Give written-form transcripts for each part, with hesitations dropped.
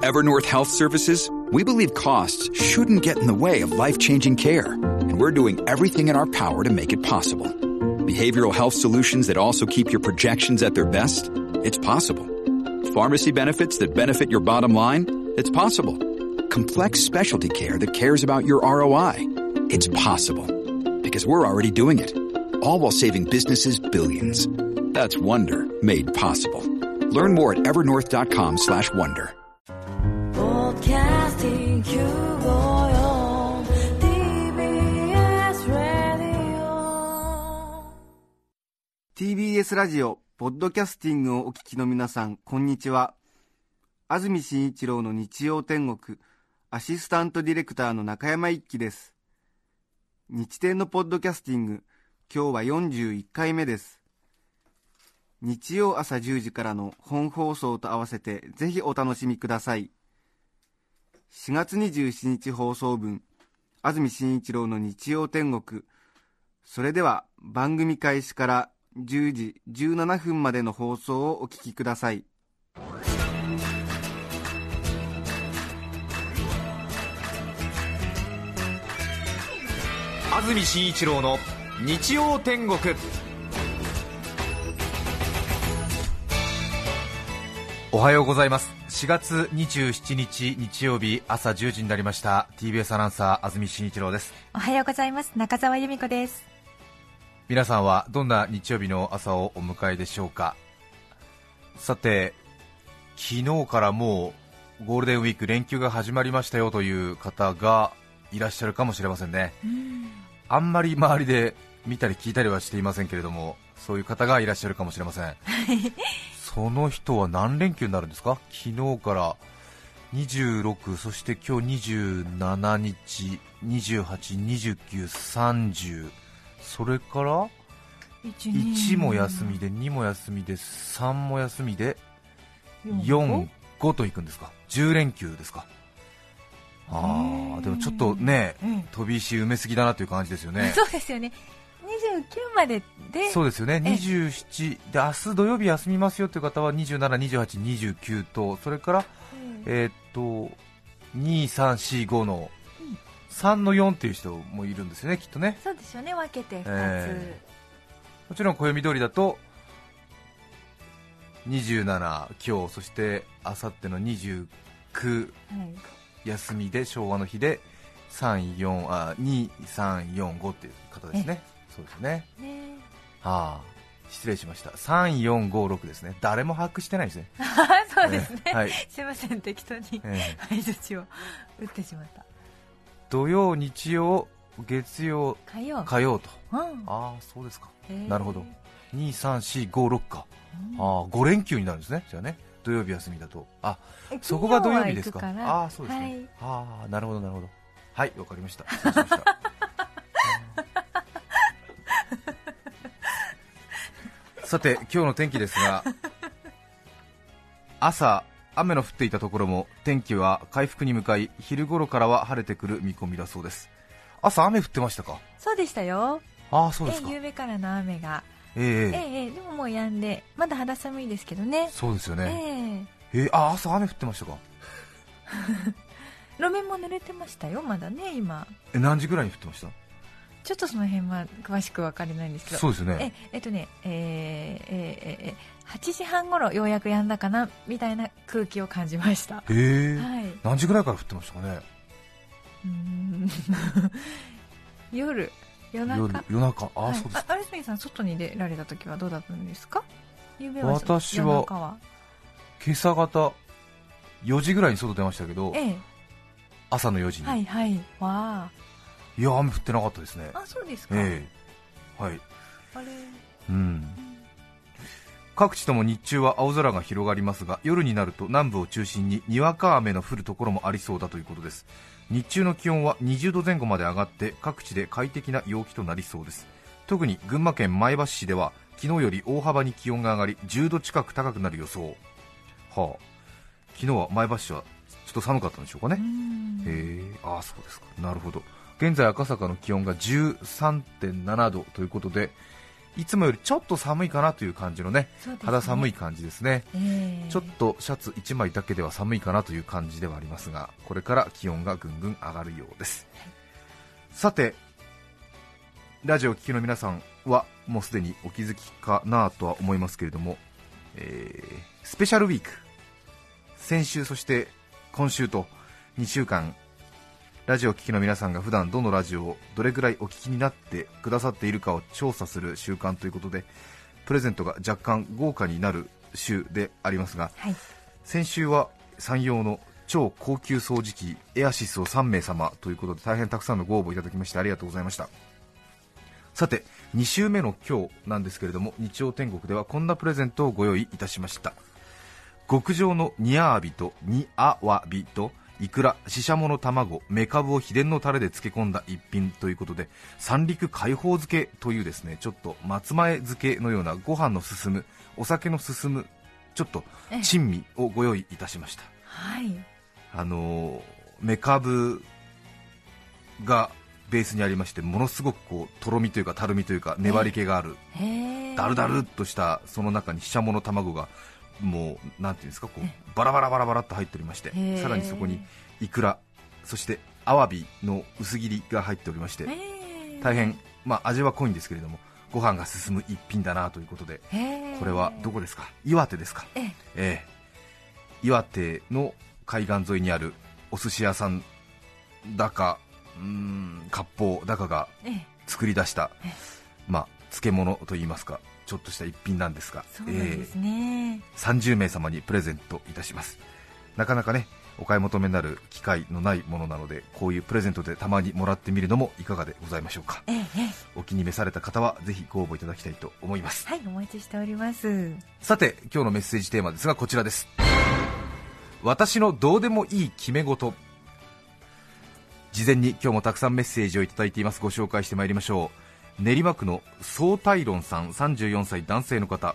Evernorth Health Services, we believe costs shouldn't get in the way of life-changing care, and we're doing everything in our power to make it possible. Behavioral health solutions that also keep your projections at their best? It's possible. Pharmacy benefits that benefit your bottom line? It's possible. Complex specialty care that cares about your ROI? It's possible. Because we're already doing it. All while saving businesses billions. That's Wonder made possible. Learn more at evernorth.com/wonder. TBS ラジオポッドキャスティングをお聞きの皆さん、こんにちは。安住紳一郎の日曜天国、アシスタントディレクターの中山一輝です。日天のポッドキャスティング、今日は41回目です。日曜朝10時からの本放送と合わせてぜひお楽しみください。4月27日放送分、安住紳一郎の日曜天国。それでは番組開始から10時17分までの放送をお聞きください。 安住紳一郎の日曜天国。おはようございます。4月27日日曜日朝10時になりました。 TBS アナウンサー安住紳一郎です。 おはようございます。中澤由美子です。 皆さんはどんな日曜日の朝をお迎えでしょうか。さて、昨日からもうゴールデンウィーク連休が始まりましたよという方がいらっしゃるかもしれませんね。あんまり周りで見たり聞いたりはしていませんけれども、そういう方がいらっしゃるかもしれません。その人は何連休になるんですか。昨日から26、そして今日27日、28、29、30、それから1も休みで2も休みで3も休みで4、5といくんですか。10連休ですか。でもちょっとね、飛び石埋めすぎだなという感じですよね。 そうですよね。29までで。そうですよね。 27で明日土曜日休みますよという方は27、28、29と、それから2、3、4、5の3の4という人もいるんですよね、きっとね。 そうですよね、分けて2つ、 もちろん暦通りだと27今日、そしてあさっての29、休みで昭和の日で2、3、4、5っていう方ですね。そうですね。失礼しました。3、4、5、6ですね。誰も把握してないですね。 そうですね、すいません、適当に相槌を打ってしまった。 土曜、日曜、月曜、火曜と、そうですか。なるほど。2、3、4、5、6か。5連休になるんですね。じゃあね、土曜日休みだと、そこが土曜日ですか。そうですね。なるほどなるほど。はい、わかりました。失礼しました。さて、今日の天気ですが、朝雨の降っていたところも天気は回復に向かい、昼頃からは晴れてくる見込みだそうです。朝雨降ってましたか。 そうでしたよ。 そうですか。 夕べからの雨が、 でももう止んで、まだ肌寒いですけどね。 そうですよね。朝雨降ってましたか。 路面も濡れてましたよ、まだね、今。 何時ぐらいに降ってました。 ちょっとその辺は詳しく分かれないんですけど。 そうですね。 8時半ごろようやく止んだかなみたいな空気を感じました。 何時ぐらいから降ってましたかね。 夜中。 そうですか。 有住さん、外に出られた時はどうだったんですか。 私は今朝方4時ぐらいに外出ましたけど、朝の4時に。いや、雨降ってなかったですね。 そうですか。 各地とも日中は青空が広がりますが、夜になると南部を中心ににわか雨の降るところもありそうだということです。日中の気温は20度前後まで上がって各地で快適な陽気となりそうです。特に群馬県前橋市では昨日より大幅に気温が上がり10度近く高くなる予想。昨日は前橋市はちょっと寒かったんでしょうかね。そうですか。なるほど。現在赤坂の気温が 13.7 度ということで、 いつもよりちょっと寒いかなという感じのね、肌寒い感じですね、ちょっとシャツ1枚だけでは寒いかなという感じではありますが、これから気温がぐんぐん上がるようです、さてラジオを聴きの皆さんはもうすでにお気づきかなとは思いますけれども、スペシャルウィーク、先週そして今週と2週間ラジオを聴きの皆さんが普段どのラジオをどれくらいお聞きになってくださっているかを調査する習慣ということで、プレゼントが若干豪華になる週でありますが、先週は山陽の超高級掃除機エアシスを3名様ということで大変たくさんのご応募いただきましてありがとうございました。さて2週目の今日なんですけれども、日曜天国ではこんなプレゼントをご用意いたしました。極上の煮アワビと煮アワビとイクラ、シシャモの卵、メカブを秘伝のタレで漬け込んだ一品ということで、三陸海宝漬けというですね、ちょっと松前漬けのようなご飯の進む、お酒の進むちょっと珍味をご用意いたしました。メカブがベースにありまして、ものすごくこうとろみというかたるみというか粘り気がある、だるだるっとしたその中にシシャモの卵がもうなんていうんですか、こうバラバラバラバラっと入っておりまして、さらにそこにイクラ、そしてアワビの薄切りが入っておりまして、大変、味は濃いんですけれどもご飯が進む一品だなということで、これはどこですか、岩手ですか、岩手の海岸沿いにあるお寿司屋さんだか割烹だかが作り出した、漬物といいますかちょっとした一品なんですが、 そうなんですね、 30名様にプレゼントいたします。なかなかねお買い求めになる機会のないものなので、こういうプレゼントでたまにもらってみるのもいかがでございましょうか。お気に召された方はぜひご応募いただきたいと思います。 はい、お待ちしております。 さて今日のメッセージテーマですがこちらです。私のどうでもいい決め事。事前に今日もたくさんメッセージをいただいています。ご紹介してまいりましょう。練馬区の総大論さん、34歳男性の方。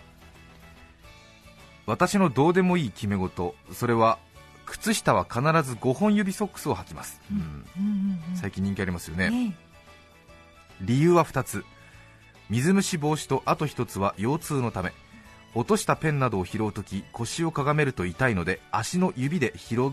私のどうでもいい決め事、それは靴下は必ず5本指ソックスを履きます、最近人気ありますよね、理由は2つ。水虫防止とあと1つは腰痛のため。落としたペンなどを拾うとき腰をかがめると痛いので足の指で挟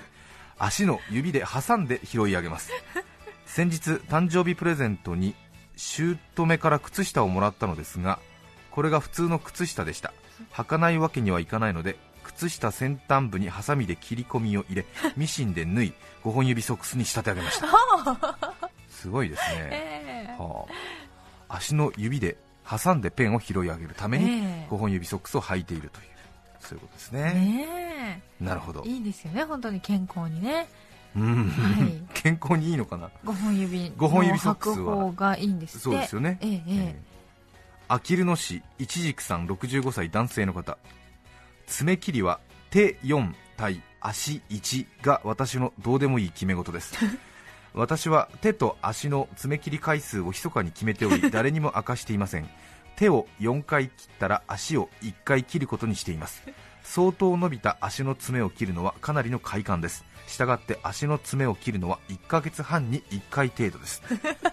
んで拾い上げます。先日誕生日プレゼントに姑から靴下をもらったのですが、これが普通の靴下でした。履かないわけにはいかないので靴下先端部にハサミで切り込みを入れミシンで縫い5本指ソックスに仕立て上げました。すごいですね、足の指で挟んでペンを拾い上げるために5本指ソックスを履いているという、そういうことですね。なるほど、 いいですよね、本当に健康にね。 健康にいいのかな。 5本指ソックスは履く方がいいんですって。 そうですよね。あきる野市いちじくさん、65歳男性の方。爪切りは手4対足1が私のどうでもいい決め事です。私は手と足の爪切り回数を密かに決めており誰にも明かしていません。手を4回切ったら足を1回切ることにしています。相当伸びた足の爪を切るのはかなりの快感です。したがって足の爪を切るのは1ヶ月半に1回程度です。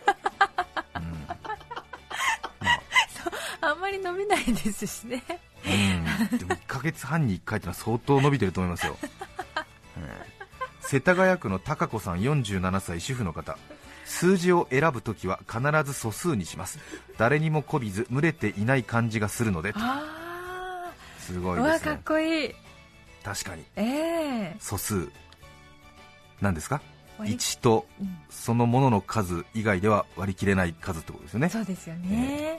あんまり伸びないですしね。 でも1ヶ月半に1回ってのは相当伸びてると思いますよ。世田谷区の高子さん、47歳主婦の方。数字を選ぶときは必ず素数にします。誰にも媚びず群れていない感じがするので。すごいですね。 かっこいい。 確かに、素数なんですか、1とそのものの数以外では割り切れない数ってことですよね。 そうですよね、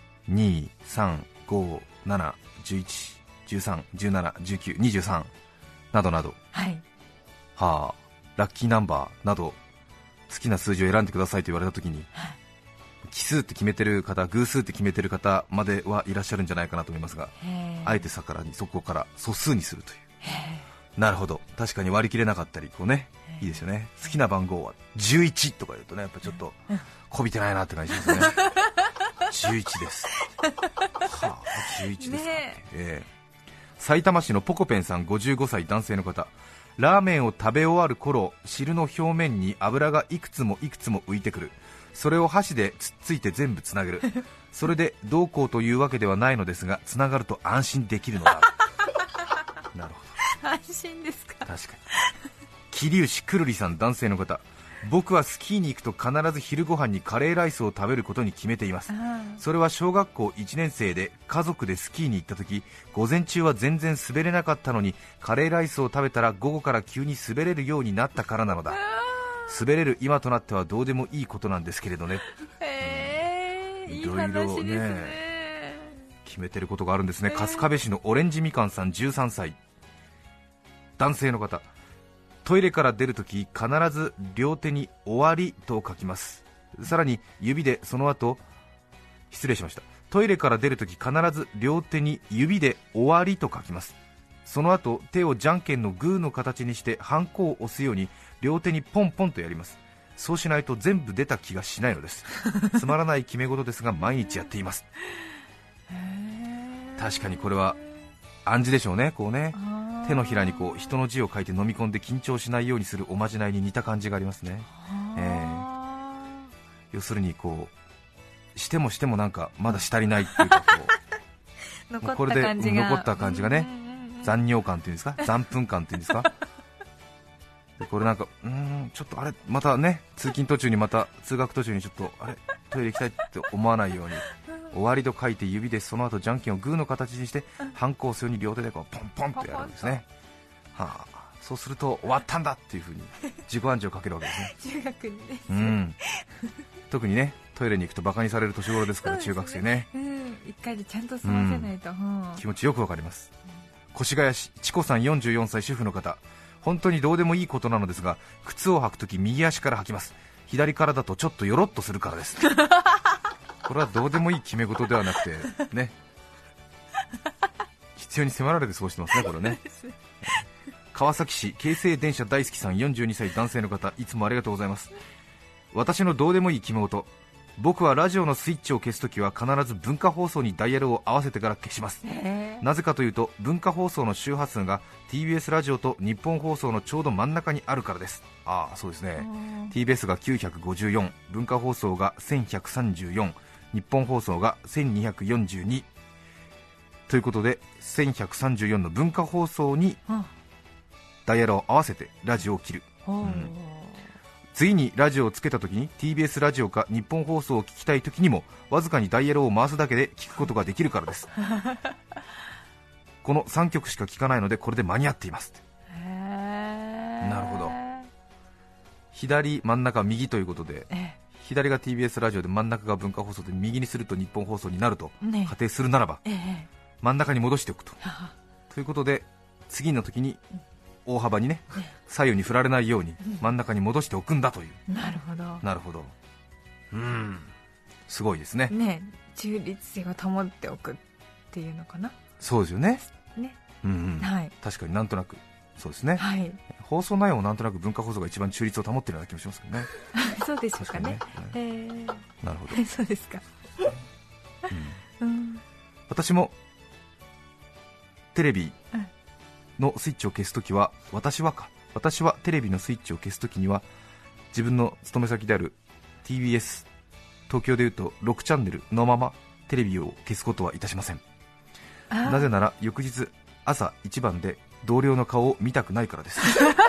2、3、5、7、11、13、17、19、23などなど、ラッキーナンバーなど好きな数字を選んでくださいと言われたときに、奇数って決めてる方、偶数って決めてる方まではいらっしゃるんじゃないかなと思いますが、あえてそこから素数にするという。なるほど、確かに割り切れなかったりこうね、いいですよね。好きな番号は11とか言うとね、やっぱちょっとこびてないなって感じですよね。11です。11ですか、埼玉市のポコペンさん、55歳男性の方。ラーメンを食べ終わる頃、汁の表面に油がいくつもいくつも浮いてくる。それを箸でつっついて全部つなげる。 それでどうこうというわけではないのですが、つながると安心できるのだなるほど、安心ですか。 確かに。桐生市くるりさん、男性の方、僕はスキーに行くと必ず昼ご飯にカレーライスを食べることに決めています。それは小学校1年生で家族でスキーに行った時、午前中は全然滑れなかったのにカレーライスを食べたら午後から急に滑れるようになったからなのだ。滑れる今となってはどうでもいいことなんですけれどね。 いい話ですね。 決めてることがあるんですね。春日部市のオレンジみかんさん、13歳男性の方、トイレから出るとき必ず両手に終わりと書きます。さらに指でその後、失礼しました、トイレから出るとき必ず両手に指で終わりと書きます。その後手をじゃんけんのグーの形にしてハンコを押すように両手にポンポンとやります。そうしないと全部出た気がしないのです。つまらない決め事ですが毎日やっています。確かにこれは暗示でしょうね。こうね、手のひらにこう人の字を書いて飲み込んで緊張しないようにするおまじないに似た感じがありますね。要するにこうしてもしてもなんかまだしたりないっていうか、こうこれで残った感じがね、残尿感っていうんですか、残糞感っていうんですか。でこれなんかちょっとあれまたね、通勤途中にまた通学途中にちょっとあれトイレ行きたいって思わないように終わりと書いて指でその後じゃんけんをグーの形にしてハンコをするように両手でこうポンポンってやるんですね。そうすると終わったんだっていう風に自己暗示をかけるわけですね。 中学にね、 特にねトイレに行くとバカにされる年頃ですから、中学生ね、 一回でちゃんと済ませないと、 気持ちよくわかります。越谷市チコさん、44歳主婦の方、本当にどうでもいいことなのですが、靴を履くとき右足から履きます。左からだとちょっとよろっとするからです。これはどうでもいい決め事ではなくてね、必要に迫られてそうしてますね、これね。川崎市京成電車大好きさん、42歳男性の方、いつもありがとうございます。私のどうでもいい決め事、僕はラジオのスイッチを消すときは必ず文化放送にダイヤルを合わせてから消します。なぜかというと文化放送の周波数が TBS ラジオと日本放送のちょうど真ん中にあるからです。そうですね。 TBS が954、文化放送が1134、日本放送が1242ということで、1134の文化放送にダイヤルを合わせてラジオを切る。次にラジオをつけたときに TBS ラジオか日本放送を聞きたいときにもわずかにダイヤルを回すだけで聞くことができるからです。この3曲しか聞かないのでこれで間に合っています。なるほど。左真ん中右ということで、左が TBS ラジオで真ん中が文化放送で右にすると日本放送になると仮定するならば、真ん中に戻しておくということで、次の時に大幅にね、左右に振られないように真ん中に戻しておくんだという。 なるほど、 なるほど。すごいですね。 中立性を保っておくっていうのかな。 そうですよね。 確かになんとなくそうですね。放送内容もなんとなく文化放送が一番中立を保っているような気もしますけどね。 そうでしょうかね。 なるほど。 そうですか。 私もテレビのスイッチを消すときは、私はテレビのスイッチを消すときには自分の勤め先である TBS 東京でいうと6チャンネルのままテレビを消すことはいたしません。なぜなら翌日朝一番で同僚の顔を見たくないからです。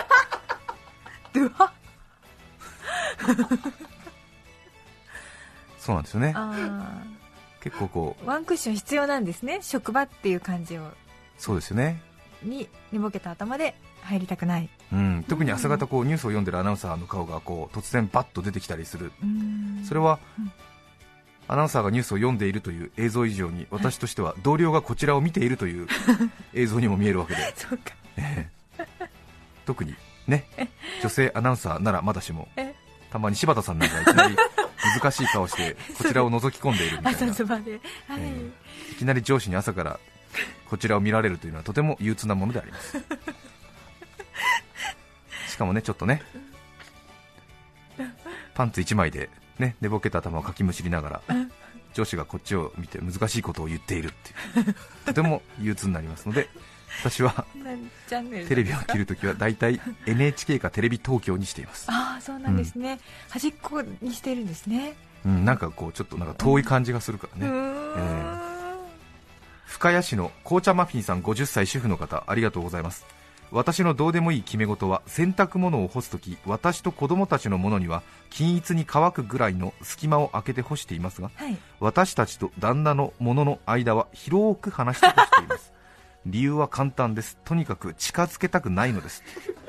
そうなんですよね。結構こうワンクッション必要なんですね、職場っていう感じを。 そうですよね。 に寝ぼけた頭で入りたくない、 特に朝方こうニュースを読んでるアナウンサーの顔がこう突然バッと出てきたりする。それは、アナウンサーがニュースを読んでいるという映像以上に、私としては同僚がこちらを見ているという映像にも見えるわけでそうか、 特にね、女性アナウンサーならまだしも、たまに柴田さんなんかいきなり難しい顔してこちらを覗き込んでいるみたいな、 朝そばで、 いきなり上司に朝からこちらを見られるというのはとても憂鬱なものであります。しかもね、ちょっとねパンツ1枚で、ね、寝ぼけた頭をかきむしりながら上司がこっちを見て難しいことを言っているっていうとても憂鬱になりますので、私はテレビを切るときはだいたい NHK かテレビ東京にしています。 そうなんですね、端っこにしているんですね。 なんかこうちょっとなんか遠い感じがするからね。深谷市の紅茶マフィンさん、50歳主婦の方、ありがとうございます。私のどうでもいい決め事は、洗濯物を干すとき、私と子供たちのものには均一に乾くぐらいの隙間を空けて干していますが、私たちと旦那のものの間は広く離して干しています理由は簡単です。とにかく近づけたくないのです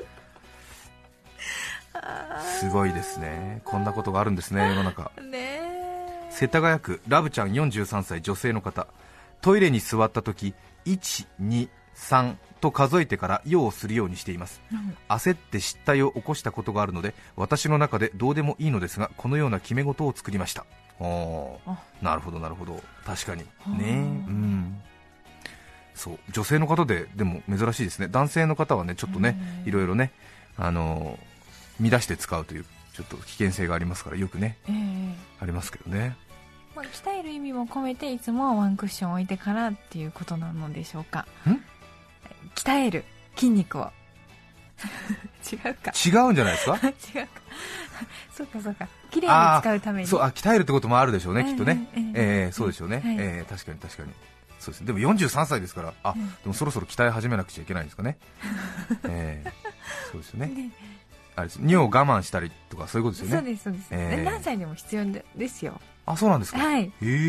すごいですね、こんなことがあるんですね、世の中。世田谷区ラブちゃん43歳女性の方、トイレに座ったとき1、2、3と数えてから用をするようにしています、焦って失態を起こしたことがあるので、私の中でどうでもいいのですが、このような決め事を作りました。なるほどなるほど、確かにね。そう、女性の方ででも珍しいですね。男性の方はねちょっとね、いろいろね乱して使うというちょっと危険性がありますから、よくね、ありますけどね。 鍛える意味も込めていつもワンクッション置いてからっていうことなのでしょうか。鍛える筋肉を違うか、 違うんじゃないですか違うかそうかそうか、綺麗に使うために。 鍛えるってこともあるでしょうね、きっとね。そうでしょうね、確かに確かにそうですね。でも43歳ですから、でもそろそろ鍛え始めなくちゃいけないんですかねそうですよね。あれです、尿を我慢したりとかそういうことですよね。 そうです、何歳でも必要ですよ。 そうなんですか。 はい。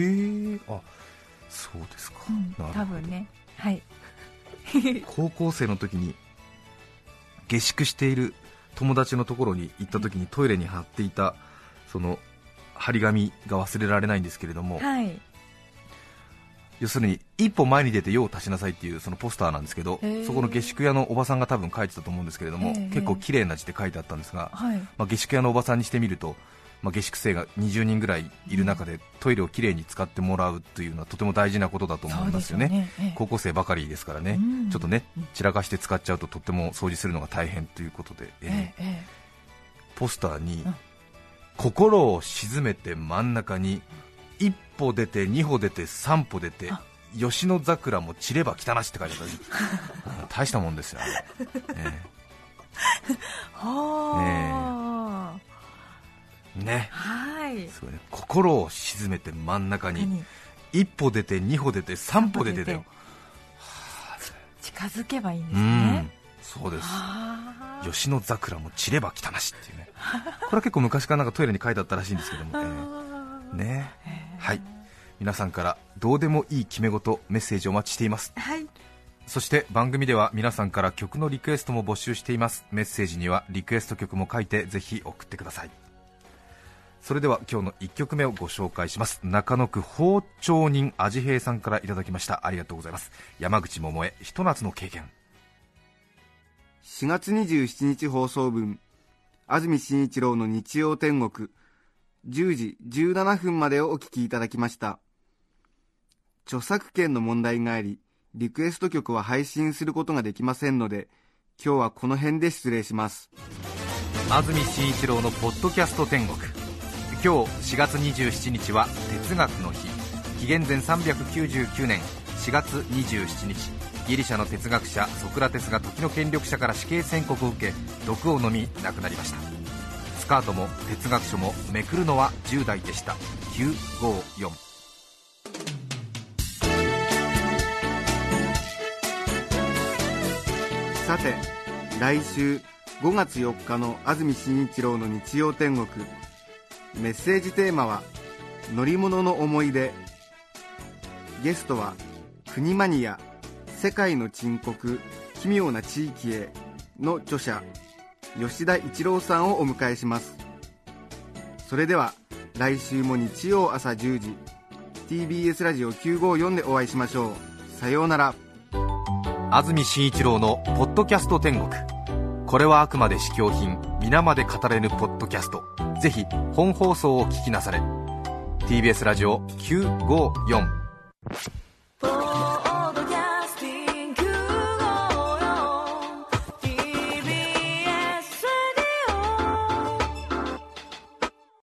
そうですか、 多分ね。はい高校生の時に下宿している友達のところに行った時にトイレに貼っていたその張り紙が忘れられないんですけれども、要するに一歩前に出て用を足しなさいっていうそのポスターなんですけど、そこの下宿屋のおばさんが多分書いてたと思うんですけれども、結構綺麗な字で書いてあったんですが、下宿屋のおばさんにしてみると、下宿生が20人ぐらいいる中でトイレをきれいに使ってもらうというのはとても大事なことだと思いますよね。高校生ばかりですからね、ちょっとね散らかして使っちゃうととっても掃除するのが大変ということで、ポスターに、心を沈めて真ん中に一歩出て二歩出て三歩出て吉野桜も散れば汚しって書いてあった大したもんですよ、ね、すごいね。心を沈めて真ん中に一歩出て二歩出て三歩出てだよ。 近づけばいいんですね。 そうです。吉野桜も散れば汚しっていうねこれは結構昔からなんかトイレに書いてあったらしいんですけども、はい、皆さんからどうでもいい決め事メッセージお待ちしています。そして番組では皆さんから曲のリクエストも募集しています。メッセージにはリクエスト曲も書いてぜひ送ってください。それでは今日の1曲目をご紹介します。中野区包丁人味平さんからいただきました。ありがとうございます。山口百恵、ひと夏の経験。 4月27日放送分、安住紳一郎の日曜天国、10時17分までをお聞きいただきました。著作権の問題があり、リクエスト曲は配信することができませんので、今日はこの辺で失礼します。 安住紳一郎のポッドキャスト天国、今日4月27日は哲学の日。紀元前399年4月27日、ギリシャの哲学者ソクラテスが時の権力者から死刑宣告を受け、毒を飲み亡くなりました。スカートも哲学書もめくるのは10代でした。954。 さて、来週5月4日の安住紳一郎の日曜天国、メッセージテーマは乗り物の思い出。ゲストは国マニア世界の沈黙奇妙な地域への著者吉田一郎さんをお迎えします。それでは来週も日曜朝10時 TBS ラジオ954でお会いしましょう。さようなら。 安住紳一郎のポッドキャスト天国、これはあくまで試供品、皆まで語れぬポッドキャスト。ぜひ本放送を聞きなされ。 TBS ラジオ954